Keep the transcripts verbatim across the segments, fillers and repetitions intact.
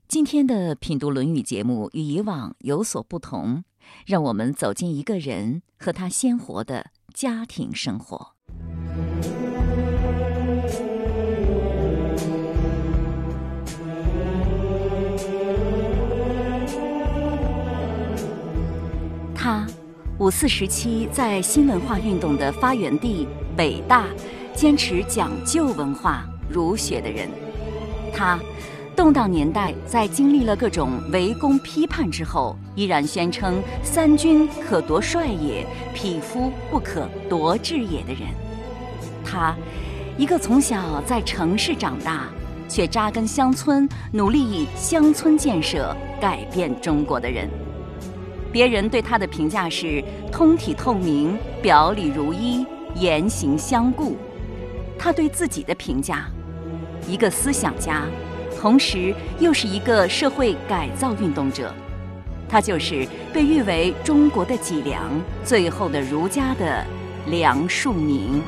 今天的品读《论语》节目与以往有所不同，让我们走进一个人和他鲜活的家庭生活。他五四时期在新文化运动的发源地北大坚持讲究文化儒学的人。他动荡年代在经历了各种围攻批判之后，依然宣称三军可夺帅也，匹夫不可夺志也的人。他一个从小在城市长大，却扎根乡村，努力以乡村建设改变中国的人。别人对他的评价是通体透明，表里如一，言行相顾。他对自己的评价，一个思想家，同时又是一个社会改造运动者。他就是被誉为中国的脊梁，最后的儒家的梁漱溟。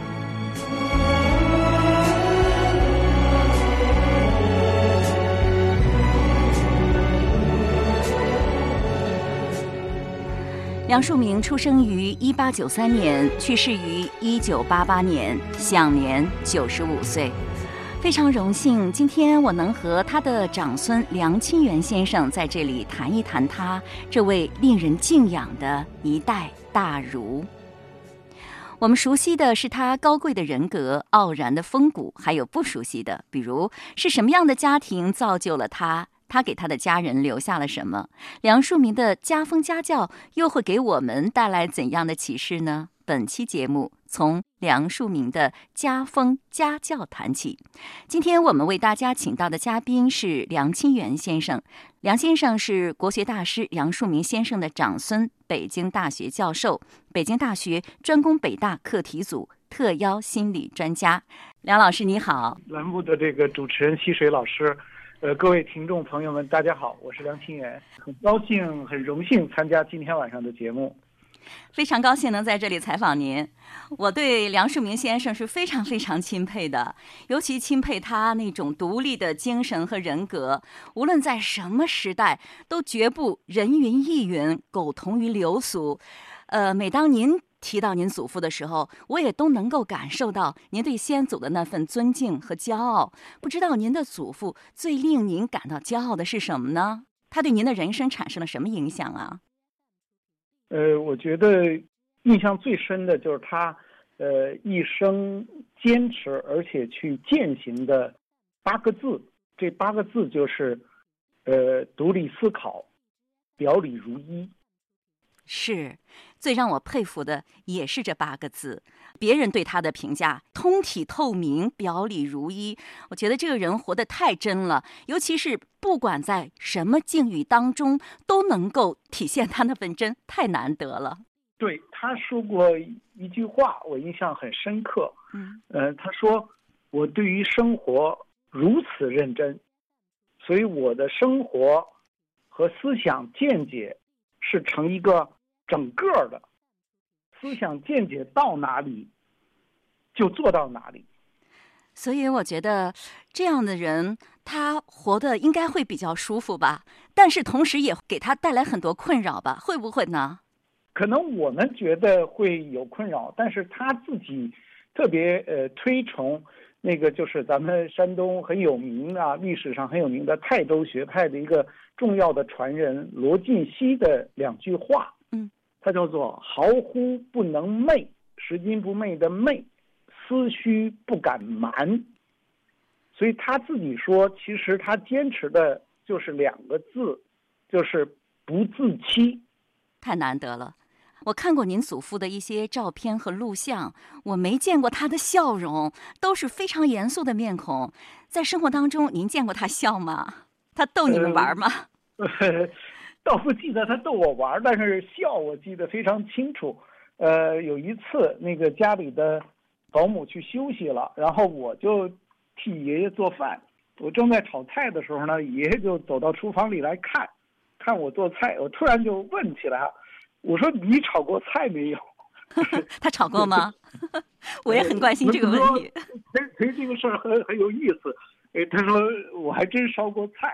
梁漱溟出生于一八九三年，去世于一九八八年，享年九十五岁。非常荣幸，今天我能和他的长孙梁清源先生在这里谈一谈他这位令人敬仰的一代大儒。我们熟悉的是他高贵的人格、傲然的风骨，还有不熟悉的，比如是什么样的家庭造就了他，他给他的家人留下了什么？梁漱溟的家风家教又会给我们带来怎样的启示呢？本期节目从梁漱溟的家风家教谈起。今天我们为大家请到的嘉宾是梁清源先生。梁先生是国学大师梁漱溟先生的长孙，北京大学教授，北京大学专攻北大课题组特邀心理专家。梁老师你好。 栏目的这个主持人溪水老师，呃，各位听众朋友们，大家好，我是梁清源，很高兴、很荣幸参加今天晚上的节目。 非常高兴能在这里采访您。我对梁漱溟先生是非常非常钦佩的，尤其钦佩他那种独立的精神和人格，无论在什么时代都绝不人云亦云，苟同于流俗。呃，每当您提到您祖父的时候，我也都能够感受到您对先祖的那份尊敬和骄傲。不知道您的祖父最令您感到骄傲的是什么呢？他对您的人生产生了什么影响啊？ 呃，我觉得印象最深的就是他，呃，一生坚持而且去践行的八个字。这八个字就是，呃，独立思考，表里如一。 是，最让我佩服的也是这八个字。别人对他的评价，通体透明，表里如一。我觉得这个人活得太真了，尤其是不管在什么境遇当中，都能够体现他那份真，太难得了。 对，他说过一句话，我印象很深刻。嗯，呃，他说：“我对于生活如此认真，所以我的生活和思想见解是成一个整个的，思想见解到哪里就做到哪里。” 所以我觉得这样的人他活得应该会比较舒服吧，但是同时也给他带来很多困扰吧，会不会呢？ 可能我们觉得会有困扰，但是他自己特别呃推崇那个就是咱们山东很有名啊，历史上很有名的泰州学派的一个重要的传人罗晋熙的两句话。嗯，它叫做豪乎不能昧，拾金不昧的昧，思虚不敢瞒。所以他自己说，其实他坚持的就是两个字，就是不自欺。 太难得了。我看过您祖父的一些照片和录像，我没见过他的笑容，都是非常严肃的面孔。在生活当中，您见过他笑吗？他逗你们玩吗？ 呃呃、倒不记得他逗我玩，但是笑我记得非常清楚。呃，有一次那个家里的保姆去休息了，然后我就替爷爷做饭。我正在炒菜的时候呢，爷爷就走到厨房里来看，看我做菜，我突然就问起来，我说你炒过菜没有？ 他炒过吗？我也很关心这个问题。 其实这个事儿很很有意思。哎，他说我还真烧过菜。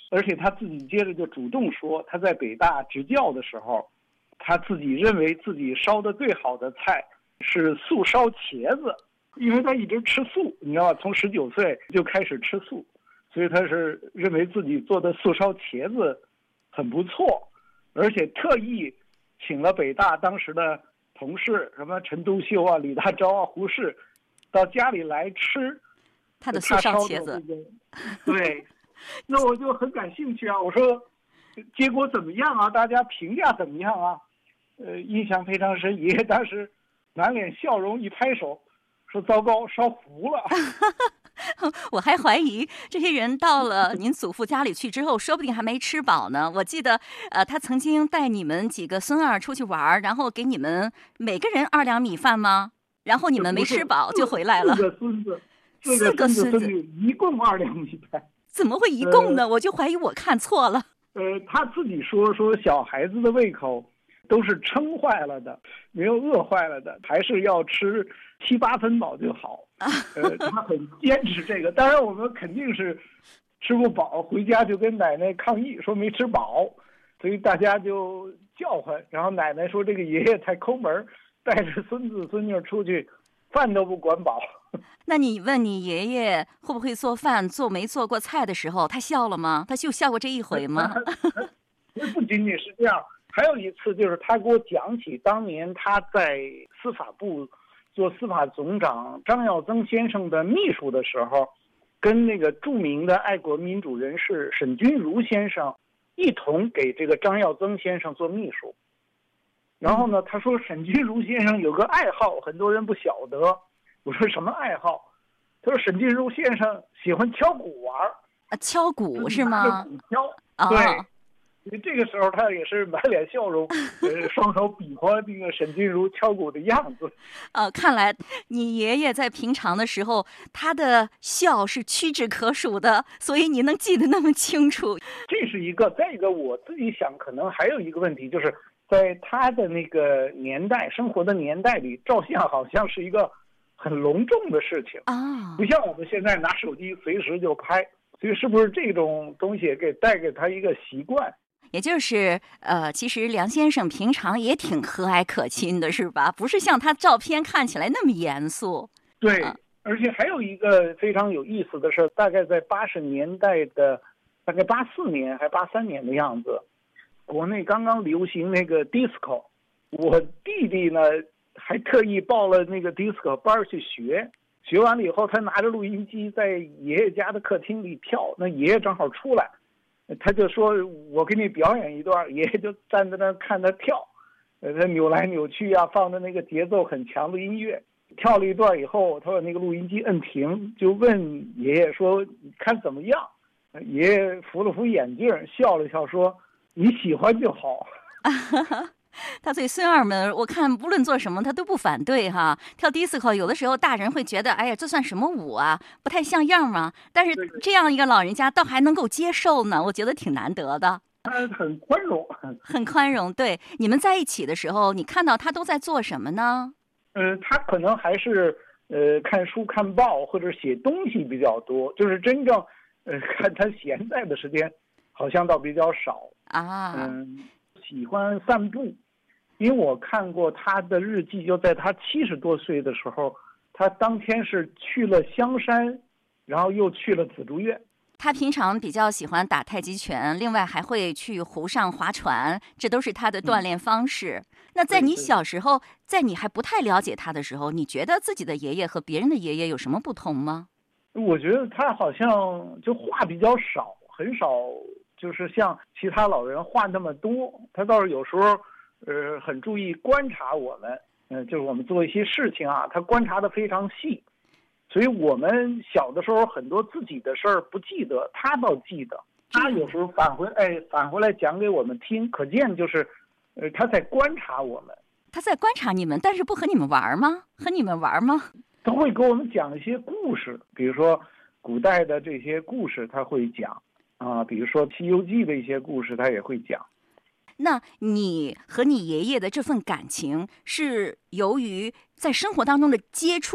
而且他自己接着就主动说，他在北大执教的时候，他自己认为自己烧的最好的菜是素烧茄子，因为他一直吃素，你知道吧？从十九岁就开始吃素，所以他是认为自己做的素烧茄子很不错，而且特意请了北大当时的同事，什么陈独秀啊、李大钊啊、胡适，到家里来吃他的素烧茄子。 对，那我就很感兴趣啊，我说结果怎么样啊？大家评价怎么样啊？呃，印象非常深。爷爷当时满脸笑容，一拍手说：“糟糕，烧糊了。” 我还怀疑这些人到了您祖父家里去之后，说不定还没吃饱呢。我记得，呃，他曾经带你们几个孙儿出去玩，然后给你们每个人二两米饭吗？然后你们没吃饱就回来了。 四个孙子， 四个孙子， 一共二两米饭。 怎么会一共呢？呃、我就怀疑我看错了。 呃，他自己说说小孩子的胃口都是撑坏了的，没有饿坏了的，还是要吃七八分饱就好。呃，他很坚持这个。当然，我们肯定是吃不饱，回家就跟奶奶抗议说没吃饱，所以大家就叫唤。然后奶奶说这个爷爷太抠门，带着孙子孙女出去，饭都不管饱。 那你问你爷爷会不会做饭，做没做过菜的时候，他笑了吗？他就笑过这一回吗？ 不仅仅是这样，还有一次就是他给我讲起当年他在司法部做司法总长张耀曾先生的秘书的时候，跟那个著名的爱国民主人士沈钧儒先生一同给这个张耀曾先生做秘书。然后呢，他说沈钧儒先生有个爱好，很多人不晓得。我说什么爱好？他说沈钧儒先生喜欢敲鼓玩啊，敲鼓是吗？ 鼓敲，哦、对。所以这个时候他也是满脸笑容，呃，双手比划那个沈钧儒敲鼓的样子。 呃，看来你爷爷在平常的时候，他的笑是屈指可数的，所以你能记得那么清楚。 这是一个，再一个我自己想，可能还有一个问题，就是在他的那个年代，生活的年代里，照相好像是一个很隆重的事情啊， 不像我们现在拿手机随时就拍，所以是不是这种东西给带给他一个习惯？ 也就是呃，其实梁先生平常也挺和蔼可亲的，是吧？不是像他照片看起来那么严肃。 对，啊、而且还有一个非常有意思的事，大概在八十年代的，大概八四年还八三年的样子，国内刚刚流行那个 disco， 我弟弟呢还特意报了那个 disco 班去学，学完了以后，他拿着录音机在爷爷家的客厅里跳，那爷爷正好出来。他就说我给你表演一段，爷爷就站在那看他跳，呃，他扭来扭去啊，放的那个节奏很强的音乐，跳了一段以后，他把那个录音机摁停，就问爷爷说你看怎么样？爷爷扶了扶眼镜，笑了笑说你喜欢就好。 他对孙儿们，我看无论做什么他都不反对哈。跳 disco 有的时候大人会觉得，哎呀，这算什么舞啊，不太像样嘛。但是这样一个老人家倒还能够接受呢，我觉得挺难得的。 他很宽容， 很宽容。对，你们在一起的时候，你看到他都在做什么呢？ 嗯、呃，他可能还是呃看书、看报或者写东西比较多，就是真正呃看他闲在的时间，好像倒比较少啊。 嗯，喜欢散步。因为我看过他的日记，就在他七十多岁的时候，他当天是去了香山，然后又去了紫竹院。 他平常比较喜欢打太极拳，另外还会去湖上划船，这都是他的锻炼方式。嗯、那在你小时候，在你还不太了解他的时候，你觉得自己的爷爷和别人的爷爷有什么不同吗？ 我觉得他好像就话比较少，很少就是像其他老人话那么多。他倒是有时候。呃，很注意观察我们，嗯、呃，就是我们做一些事情啊，他观察得非常细，所以我们小的时候很多自己的事儿不记得，他倒记得，他有时候返回，哎，返回来讲给我们听，可见就是，呃，他在观察我们， 他在观察你们，但是不和你们玩吗？和你们玩吗？ 他会给我们讲一些故事，比如说古代的这些故事他会讲，啊，比如说《西游记》的一些故事他也会讲。 那你和你爷爷的这份感情是由于在生活当中的接触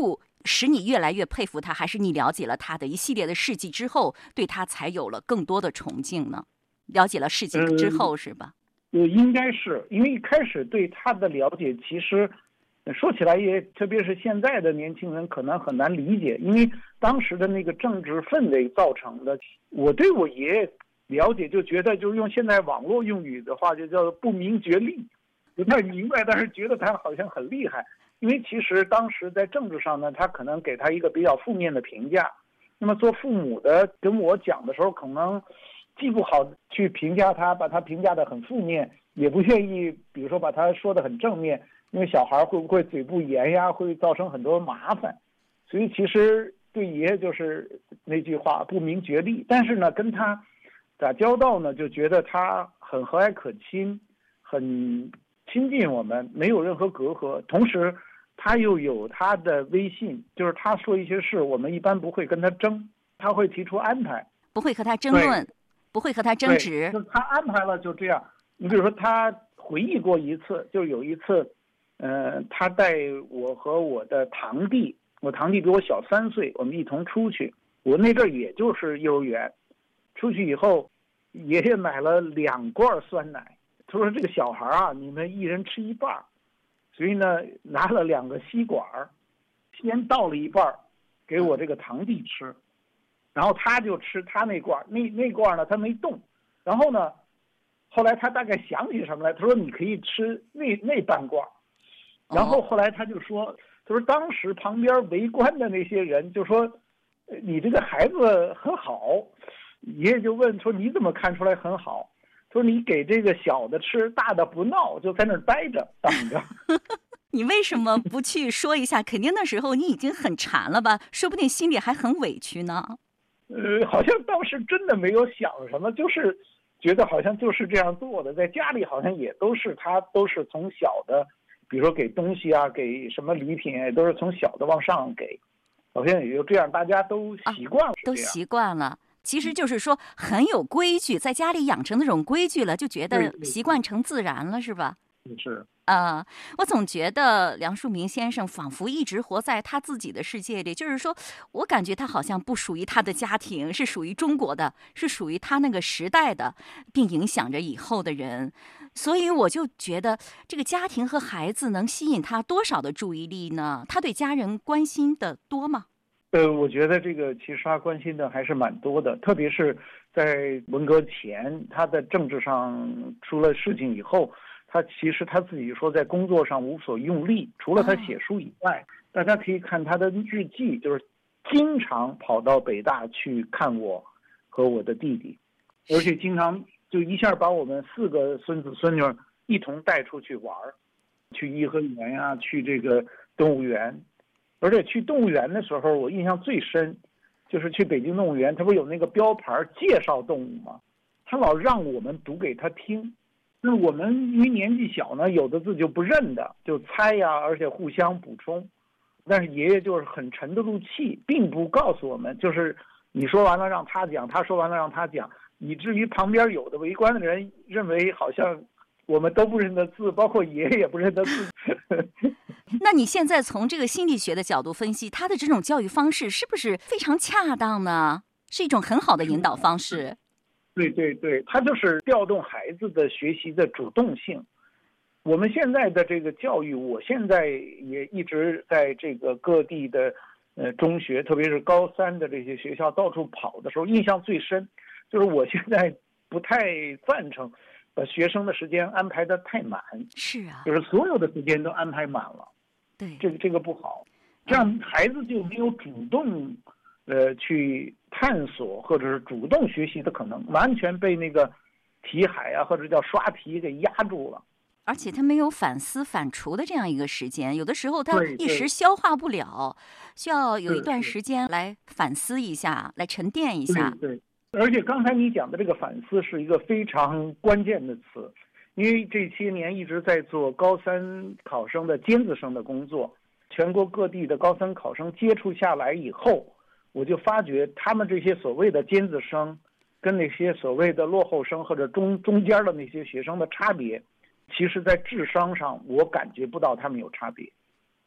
使你越来越佩服他，还是你了解了他的一系列的事迹之后，对他才有了更多的崇敬呢？了解了事迹之后、嗯、是吧？ 呃，应该是因为一开始对他的了解，其实说起来也，特别是现在的年轻人可能很难理解，因为当时的那个政治氛围造成的。我对我爷爷了解，就觉得就是用现在网络用语的话，就叫不明觉厉，不太明白，但是觉得他好像很厉害。因为其实当时在政治上呢，他可能给他一个比较负面的评价。那么做父母的跟我讲的时候，可能既不好去评价他，把他评价的很负面，也不愿意比如说把他说的很正面，因为小孩会不会嘴不严呀，会造成很多麻烦。所以其实对爷爷就是那句话，不明觉厉。但是呢，跟他打交道呢，就觉得他很和蔼可亲，很亲近我们，没有任何隔阂。同时他又有他的威信，就是他说一些事，我们一般不会跟他争，他会提出安排， 不会和他争论，不会和他争执， 就他安排了就这样。你比如说他回忆过一次，就有一次呃，他带我和我的堂弟，我堂弟比我小三岁，我们一同出去。我那阵儿也就是幼儿园，出去以后，爷爷买了两罐酸奶，他说这个小孩啊，你们一人吃一半。所以呢，拿了两个吸管，先倒了一半给我这个堂弟吃，然后他就吃他那罐，那那罐呢他没动。然后呢，后来他大概想起什么来，他说你可以吃那那半罐。然后后来他就说，他说当时旁边围观的那些人就说，你这个孩子很好。爷爷就问说你怎么看出来很好？说你给这个小的吃，大的不闹，就在那儿待着等着。 你为什么不去说一下？肯定那时候你已经很馋了吧？说不定心里还很委屈呢。 呃，好像当时真的没有想什么，就是觉得好像就是这样做的。在家里好像也都是他都是从小的，比如说给东西啊，给什么礼品，都是从小的往上给，好像也就这样，大家都习惯了、啊， 都习惯了。其实就是说很有规矩，在家里养成那种规矩了，就觉得习惯成自然了，是吧？ 是啊、呃，我总觉得梁漱溟先生仿佛一直活在他自己的世界里，就是说我感觉他好像不属于他的家庭，是属于中国的，是属于他那个时代的，并影响着以后的人。所以我就觉得这个家庭和孩子能吸引他多少的注意力呢？他对家人关心的多吗？ 呃，我觉得这个其实他关心的还是蛮多的，特别是在文革前，他在政治上出了事情以后，他其实他自己说在工作上无所用力，除了他写书以外，哦、大家可以看他的日记，就是经常跑到北大去看我和我的弟弟，而且经常就一下把我们四个孙子孙女一同带出去玩，去颐和园呀、啊，去这个动物园。而且去动物园的时候，我印象最深，就是去北京动物园，他不有那个标牌介绍动物吗？他老让我们读给他听。那我们因为年纪小呢，有的字就不认的，就猜呀，而且互相补充。但是爷爷就是很沉得住气，并不告诉我们，就是你说完了让他讲，他说完了让他讲，以至于旁边有的围观的人认为好像我们都不认得字，包括爷爷也不认得字。 那你现在从这个心理学的角度分析，他的这种教育方式是不是非常恰当呢？是一种很好的引导方式。 对对对，他就是调动孩子的学习的主动性。我们现在的这个教育，我现在也一直在这个各地的呃中学，特别是高三的这些学校到处跑的时候，印象最深就是我现在不太赞成把学生的时间安排得太满。 是啊， 就是所有的时间都安排满了。 对， 这个这个不好，这样孩子就没有主动呃去探索或者是主动学习的可能，完全被那个题海啊或者叫刷题给压住了。 而且他没有反思反刍的这样一个时间，有的时候他一时消化不了，需要有一段时间来反思一下，来沉淀一下。 对，对，而且刚才你讲的这个反思是一个非常关键的词。因为这些年一直在做高三考生的尖子生的工作，全国各地的高三考生接触下来以后，我就发觉他们这些所谓的尖子生跟那些所谓的落后生或者中中间的那些学生的差别，其实在智商上我感觉不到他们有差别。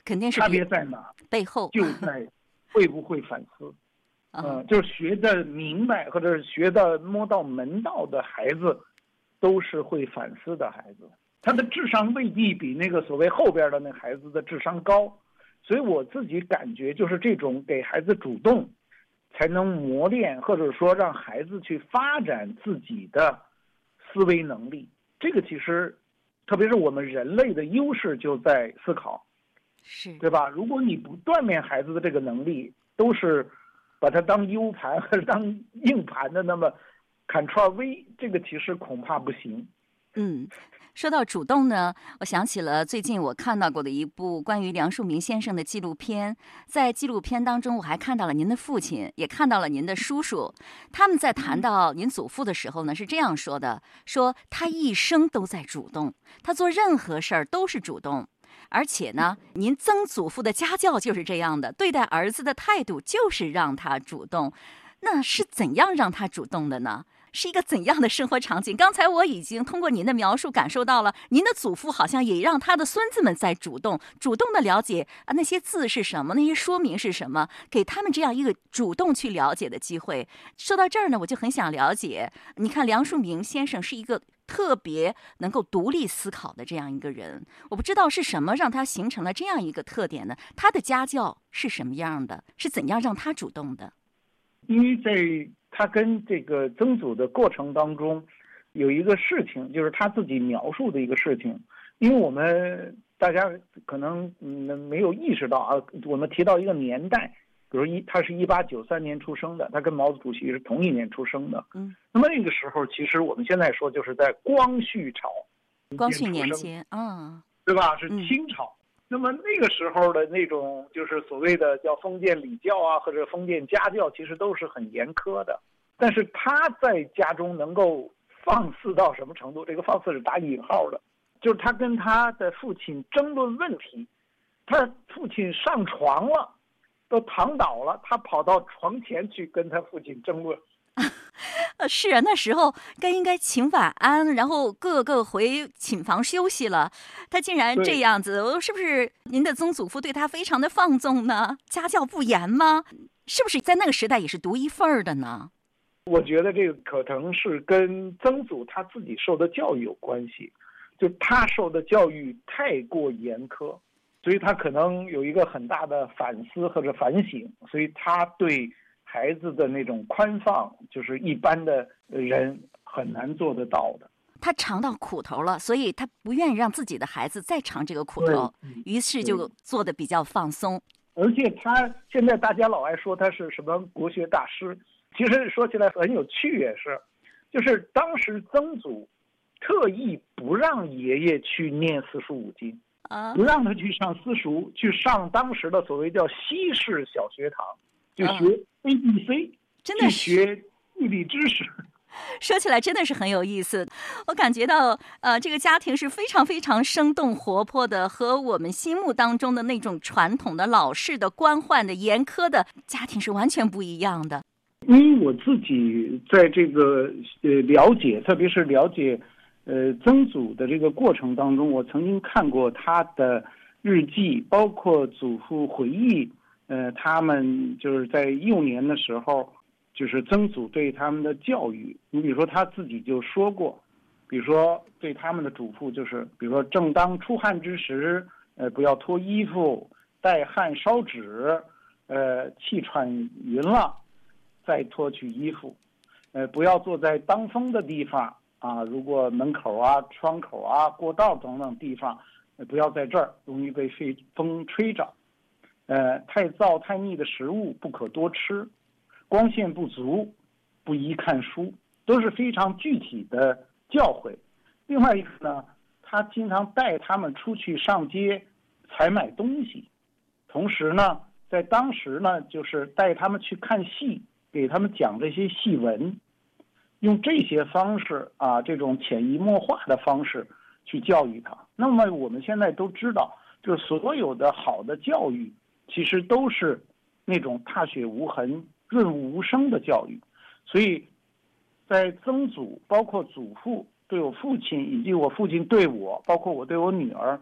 肯定是差别在哪？ 背后就在会不会反思。 嗯、 呃，就是学的明白或者是学的摸到门道的孩子，都是会反思的孩子。他的智商未必比那个所谓后边的那孩子的智商高，所以我自己感觉就是这种给孩子主动，才能磨练或者说让孩子去发展自己的思维能力。这个其实，特别是我们人类的优势就在思考， 是对吧？如果你不锻炼孩子的这个能力，都是把它当 U 盘或者当硬盘的，那么 Ctrl V 这个其实恐怕不行。 嗯，说到主动呢，我想起了最近我看到过的一部关于梁漱溟先生的纪录片。在纪录片当中，我还看到了您的父亲，也看到了您的叔叔。他们在谈到您祖父的时候呢，是这样说的：说他一生都在主动，他做任何事儿都是主动。而且呢，您曾祖父的家教就是这样的，对待儿子的态度就是让他主动。那是怎样让他主动的呢？是一个怎样的生活场景？刚才我已经通过您的描述感受到了，您的祖父好像也让他的孙子们在主动、主动的了解啊那些字是什么，那些说明是什么，给他们这样一个主动去了解的机会。说到这儿呢，我就很想了解，你看梁漱溟先生是一个特别能够独立思考的这样一个人，我不知道是什么让他形成了这样一个特点呢？他的家教是什么样的？是怎样让他主动的？ 因为在他跟这个曾祖的过程当中，有一个事情，就是他自己描述的一个事情。因为我们大家可能嗯没有意识到啊，我们提到一个年代，比如一他是一八九三年出生的，他跟毛主席是同一年出生的。 嗯， 那么那个时候，其实我们现在说就是在光绪朝， 光绪年间啊， 对吧？是嗯清朝。那么那个时候的那种就是所谓的叫封建礼教啊，或者封建家教，其实都是很严苛的。但是他在家中能够放肆到什么程度？这个放肆是打引号的，就是他跟他的父亲争论问题，他父亲上床了，都躺倒了，他跑到床前去跟他父亲争论。 呃，是啊，那时候该应该请晚安，然后各个回寝房休息了，他竟然这样子，是不是您的曾祖父对他非常的放纵呢？家教不严吗？是不是在那个时代也是独一份儿的呢？ 我觉得这个可能是跟曾祖他自己受的教育有关系，就他受的教育太过严苛，所以他可能有一个很大的反思或者反省，所以他对孩子的那种宽放，就是一般的人很难做得到的。 他尝到苦头了，所以他不愿意让自己的孩子再尝这个苦头，于是就做得比较放松。 而且他现在大家老爱说他是什么国学大师，其实说起来很有趣，也是，就是当时曾祖特意不让爷爷去念四书五经， 啊， 不让他去上私塾，去上当时的所谓叫西式小学堂，就学 A B C，、啊、 真的去学地理知识。 说起来真的是很有意思，我感觉到呃，这个家庭是非常非常生动活泼的，和我们心目当中的那种传统的老式的官宦的严苛的家庭是完全不一样的。 因为我自己在这个呃了解，特别是了解呃曾祖的这个过程当中，我曾经看过他的日记，包括祖父回忆，呃，他们就是在幼年的时候，就是曾祖对他们的教育。你比如说他自己就说过，比如说对他们的嘱咐就是，比如说正当出汗之时，呃，不要脱衣服，待汗烧止，呃，气喘匀了，再脱去衣服，呃，不要坐在当风的地方啊，如果门口啊、窗口啊、过道等等地方，呃、不要在这儿，容易被风吹着。呃，太燥太腻的食物不可多吃，光线不足，不宜看书，都是非常具体的教诲。另外一个呢，他经常带他们出去上街采买东西，同时呢，在当时呢，就是带他们去看戏，给他们讲这些戏文，用这些方式啊，这种潜移默化的方式去教育他。那么我们现在都知道，就是所有的好的教育，其实都是那种踏雪无痕、润物无声的教育。所以，在曾祖，包括祖父对我父亲，以及我父亲对我，包括我对我女儿，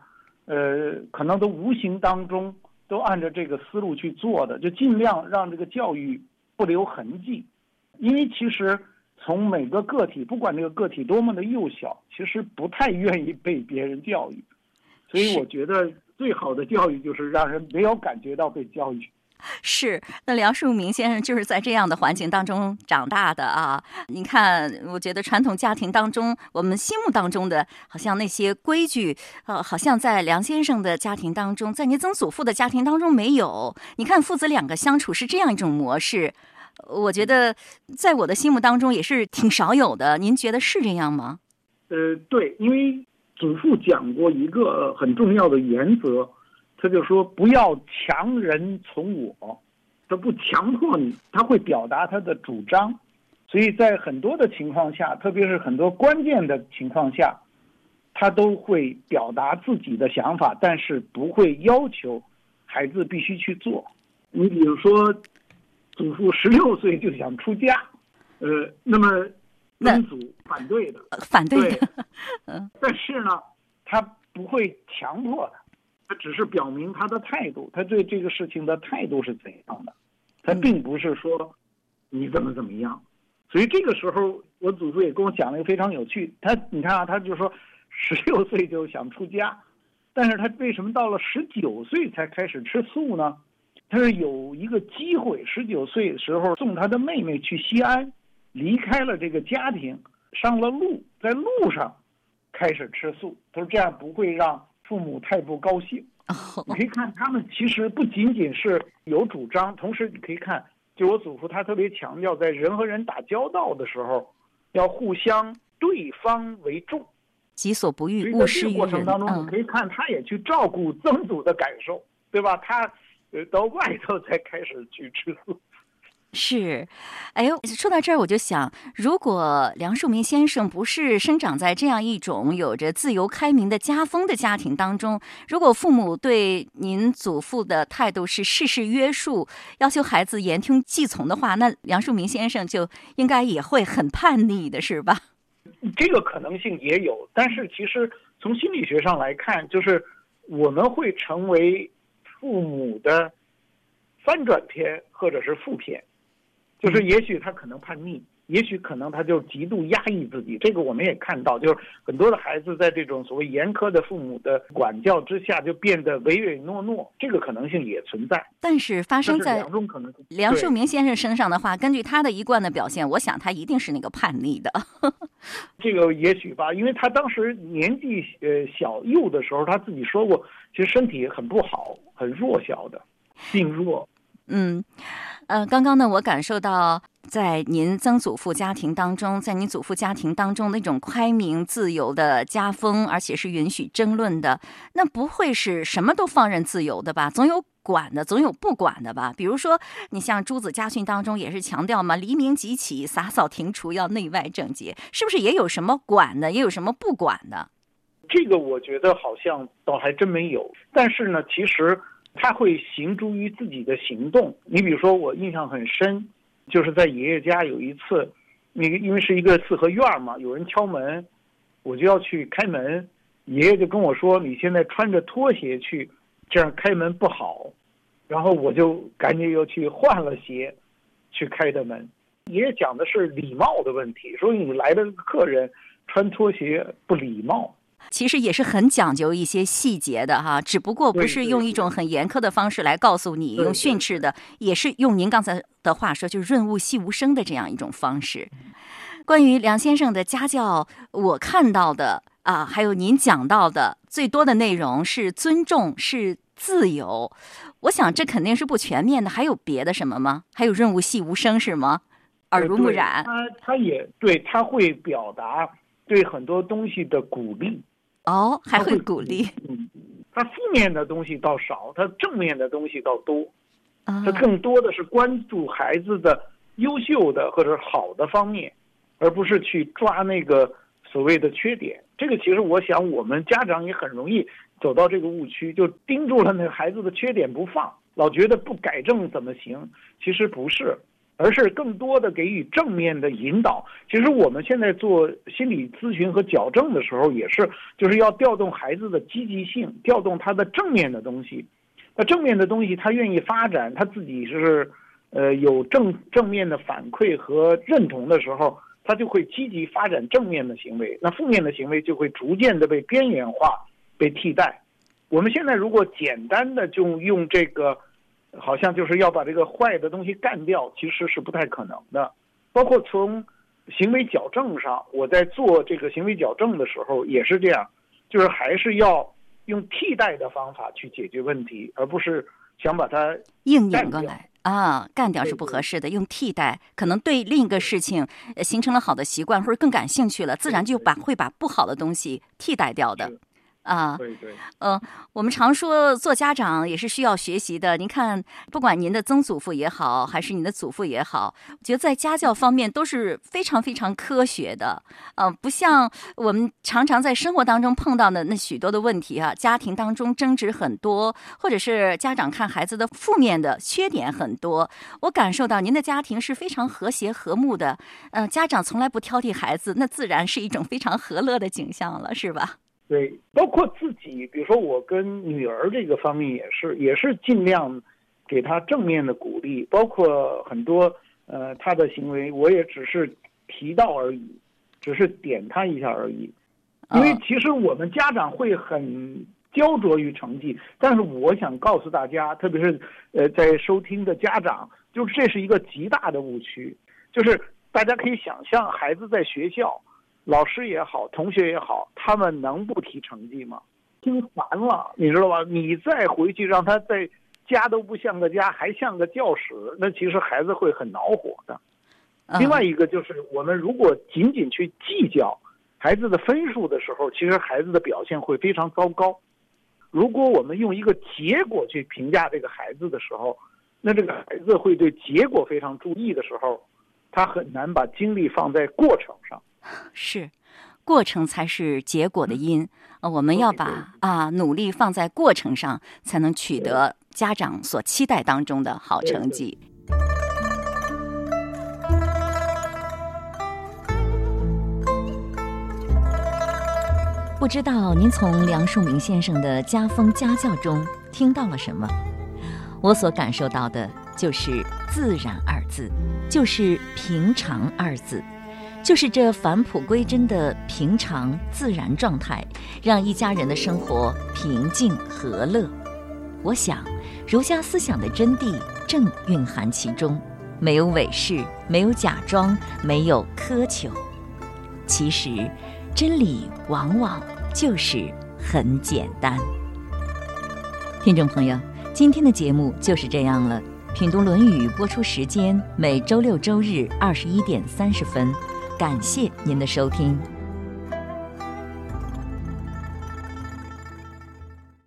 呃，可能都无形当中都按照这个思路去做的，就尽量让这个教育不留痕迹。因为其实从每个个体，不管这个个体多么的幼小，其实不太愿意被别人教育。所以我觉得最好的教育就是让人没有感觉到被教育。 是，那梁漱溟先生就是在这样的环境当中长大的啊。你看，我觉得传统家庭当中，我们心目当中的好像那些规矩，呃，好像在梁先生的家庭当中，在您曾祖父的家庭当中没有。你看，父子两个相处是这样一种模式，我觉得在我的心目当中也是挺少有的。您觉得是这样吗？ 呃，对，因为祖父讲过一个很重要的原则。他就说不要强人从我，他不强迫你，他会表达他的主张。所以在很多的情况下，特别是很多关键的情况下，他都会表达自己的想法，但是不会要求孩子必须去做。你比如说，祖父十六岁就想出家，呃，那么曾祖反对的， 反对的， 嗯，但是呢，他不会强迫他。他只是表明他的态度，他对这个事情的态度是怎样的，他并不是说你怎么怎么样。所以这个时候，我祖父也跟我讲了一个非常有趣，他你看啊，他就说十六岁就想出家，但是他为什么到了十九岁才开始吃素呢？他是有一个机会，十九岁的时候送他的妹妹去西安，离开了这个家庭，上了路，在路上开始吃素。他说这样不会让父母太不高兴。你可以看他们其实不仅仅是有主张，同时你可以看，就我祖父他特别强调，在人和人打交道的时候，要互相对方为重， 己所不欲，勿施于人。 过程当中，你可以看他也去照顾曾祖的感受，对吧？他呃到外头才开始去吃素。 是，哎呦，说到这儿我就想，如果梁漱溟先生不是生长在这样一种有着自由开明的家风的家庭当中，如果父母对您祖父的态度是事事约束，要求孩子言听计从的话，那梁漱溟先生就应该也会很叛逆的，是吧？ 这个可能性也有，但是其实从心理学上来看，就是我们会成为父母的翻转篇或者是负篇。就是也许他可能叛逆，也许可能他就极度压抑自己，这个我们也看到，就是很多的孩子在这种所谓严苛的父母的管教之下，就变得唯唯诺诺，这个可能性也存在。 但是发生在梁漱溟先生身上的话，根据他的一贯的表现，我想他一定是那个叛逆的。 这个也许吧，因为他当时年纪呃小幼的时候，他自己说过，其实身体很不好，很弱小的，病弱。 嗯，呃，刚刚呢，我感受到在您曾祖父家庭当中，在您祖父家庭当中那种开明自由的家风，而且是允许争论的，那不会是什么都放任自由的吧？总有管的，总有不管的吧？比如说，你像诸子家训当中也是强调嘛，黎明即起，洒扫庭除，要内外正洁，是不是也有什么管的，也有什么不管的？ 这个我觉得好像倒还真没有，但是呢，其实他会行诸于自己的行动。你比如说，我印象很深，就是在爷爷家有一次，那个因为是一个四合院嘛，有人敲门，我就要去开门，爷爷就跟我说：“你现在穿着拖鞋去，这样开门不好。”然后我就赶紧又去换了鞋，去开的门。爷爷讲的是礼貌的问题，说你来的客人穿拖鞋不礼貌。 其实也是很讲究一些细节的哈，只不过不是用一种很严苛的方式来告诉你，用训斥的，也是用您刚才的话说，就是润物细无声的这样一种方式。关于梁先生的家教，我看到的啊，还有您讲到的最多的内容是尊重，是自由。我想这肯定是不全面的，还有别的什么吗？还有润物细无声是吗？耳濡目染。 他他也对，他会表达对很多东西的鼓励。 哦，还会鼓励。 嗯，他负面的东西倒少，他正面的东西倒多。 啊， 他更多的是关注孩子的优秀的或者好的方面，而不是去抓那个所谓的缺点。这个其实我想我们家长也很容易走到这个误区，就盯住了那个孩子的缺点不放，老觉得不改正怎么行？其实不是， 而是更多的给予正面的引导。其实我们现在做心理咨询和矫正的时候，也是就是要调动孩子的积极性，调动他的正面的东西。那正面的东西他愿意发展，他自己是呃有正正面的反馈和认同的时候，他就会积极发展正面的行为，那负面的行为就会逐渐的被边缘化，被替代。我们现在如果简单的就用这个好像就是要把这个坏的东西干掉，其实是不太可能的。包括从行为矫正上，我在做这个行为矫正的时候也是这样，就是还是要用替代的方法去解决问题，而不是想把它硬拧过来啊，干掉是不合适的，用替代可能对另一个事情呃形成了好的习惯或者更感兴趣了，自然就把会把不好的东西替代掉的。啊， 对对， 呃，我们常说做家长也是需要学习的。您看，不管您的曾祖父也好，还是您的祖父也好，我觉得在家教方面都是非常非常科学的。呃，不像我们常常在生活当中碰到的那许多的问题啊，家庭当中争执很多，或者是家长看孩子的负面的缺点很多。我感受到您的家庭是非常和谐和睦的，呃，家长从来不挑剔孩子，那自然是一种非常和乐的景象了，是吧？ 对，包括自己，比如说我跟女儿这个方面也是，也是尽量给她正面的鼓励，包括很多呃她的行为，我也只是提到而已，只是点她一下而已。因为其实我们家长会很焦灼于成绩，但是我想告诉大家，特别是呃在收听的家长，就是这是一个极大的误区，就是大家可以想象，孩子在学校。老师也好，同学也好，他们能不提成绩吗？听烦了，你知道吧？你再回去让他在家都不像个家，还像个教室，那其实孩子会很恼火的。另外一个就是，我们如果仅仅去计较孩子的分数的时候，其实孩子的表现会非常糟糕。如果我们用一个结果去评价这个孩子的时候，那这个孩子会对结果非常注意的时候，他很难把精力放在过程上。 是，过程才是结果的因。呃，我们要把啊努力放在过程上，才能取得家长所期待当中的好成绩。不知道您从梁漱溟先生的家风家教中听到了什么？我所感受到的就是自然二字，就是平常二字。就是这返璞归真的平常自然状态，让一家人的生活平静和乐。我想，儒家思想的真谛正蕴含其中，没有伪饰，没有假装，没有苛求。其实，真理往往就是很简单。听众朋友，今天的节目就是这样了。品读《论语》播出时间每周六周日二十一点三十分。感谢您的收听。